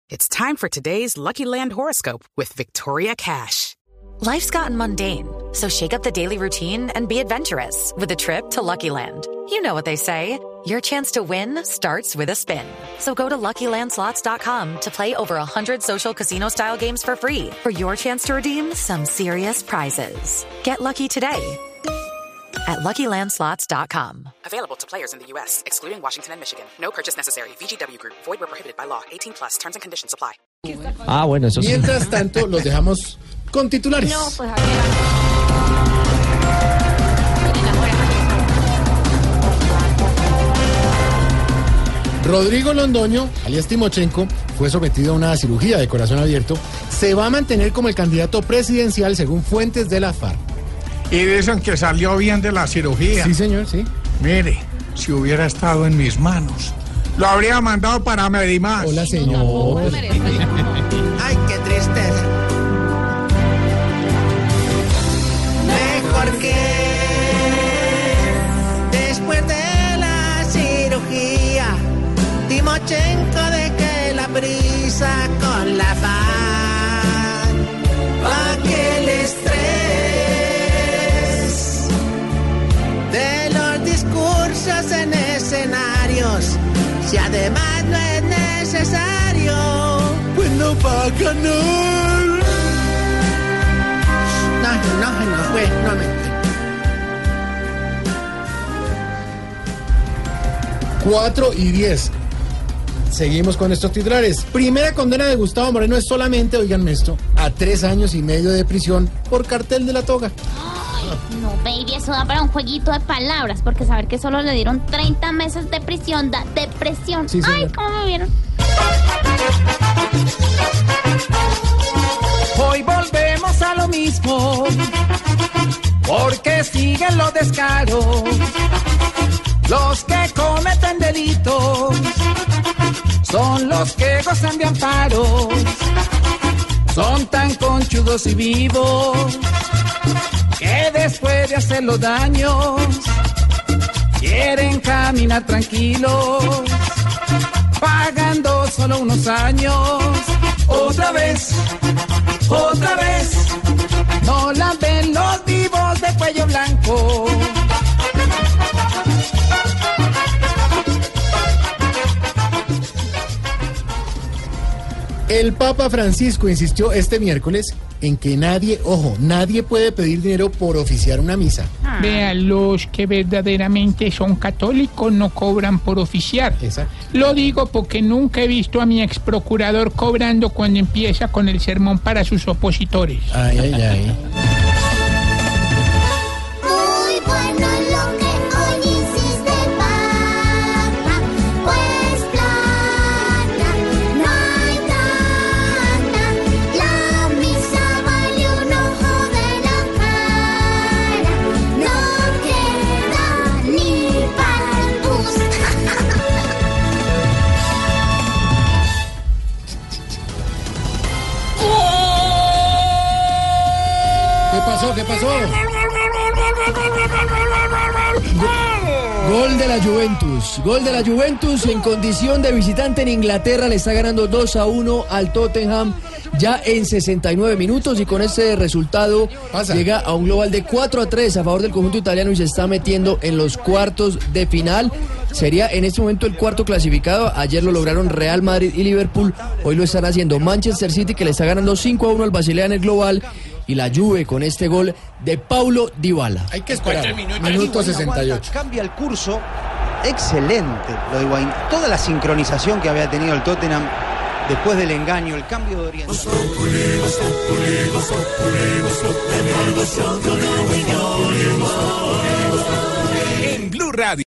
It's time for today's Lucky Land horoscope with Victoria Cash. Life's gotten mundane, so shake up the daily routine and be adventurous with a trip to Lucky Land. You know what they say, your chance to win starts with a spin. So go to LuckyLandSlots.com to play over 100 social casino-style games for free for your chance to redeem some serious prizes. Get lucky today at LuckyLandSlots.com. Available to players in the U.S., excluding Washington and Michigan. No purchase necessary. VGW Group. Void where prohibited by law. 18+. Terms and conditions apply. Bueno, eso sí. Mientras tanto, los dejamos con titulares. No, pues Rodrigo Londoño, alias Timochenko, fue sometido a una cirugía de corazón abierto. Se va a mantener como el candidato presidencial según fuentes de la FARC. Y dicen que salió bien de la cirugía. Sí, señor, sí. Mire, si hubiera estado en mis manos, lo habría mandado para Medimás. Hola, señor. Ay, qué tristeza. Mejor que después de la cirugía, Timochenko deje la prisa con la FARC, pa' que el estrés de los discursos en escenarios, si además no es necesario, pues no va a ganar. No, pues, no me... 4:10. Seguimos con estos titulares. Primera condena de Gustavo Moreno es solamente, oiganme esto, a 3 años y medio de prisión por cartel de la toga. Ay, no, baby, eso da para un jueguito de palabras, porque saber que solo le dieron 30 meses de prisión da depresión. Sí, ay, ¿cómo me vieron? Hoy volvemos a lo mismo, porque siguen los descaros, los que cometen delitos, son los que gozan de amparos, son tan conchudos y vivos, que después de hacer los daños, quieren caminar tranquilos, pagando solo unos años. Otra vez, no la ven los vivos de cuello blanco. El Papa Francisco insistió este miércoles en que nadie puede pedir dinero por oficiar una misa. Vean, los que verdaderamente son católicos no cobran por oficiar. Exacto. Lo digo porque nunca he visto a mi ex procurador cobrando cuando empieza con el sermón para sus opositores. Ay. Muy bueno lo que hoy hiciste, Papa, pues plata no hay tanta. La misa vale un ojo de la cara, no queda ni para el bus. ¿Qué pasó? Gol de la Juventus en condición de visitante en Inglaterra, le está ganando 2-1 al Tottenham ya en 69 minutos y con ese resultado llega a un global de 4-3 a favor del conjunto italiano y se está metiendo en los cuartos de final. Sería en este momento el cuarto clasificado. Ayer lo lograron Real Madrid y Liverpool, hoy lo están haciendo Manchester City, que le está ganando 5-1 al Basilea en el global, y la Juve con este gol de Paulo Dybala. Hay que esperar. Minuto 68. Cambia el curso. Excelente lo de Higuaín. Toda la sincronización que había tenido el Tottenham después del engaño, el cambio de orientación. En Blue Radio.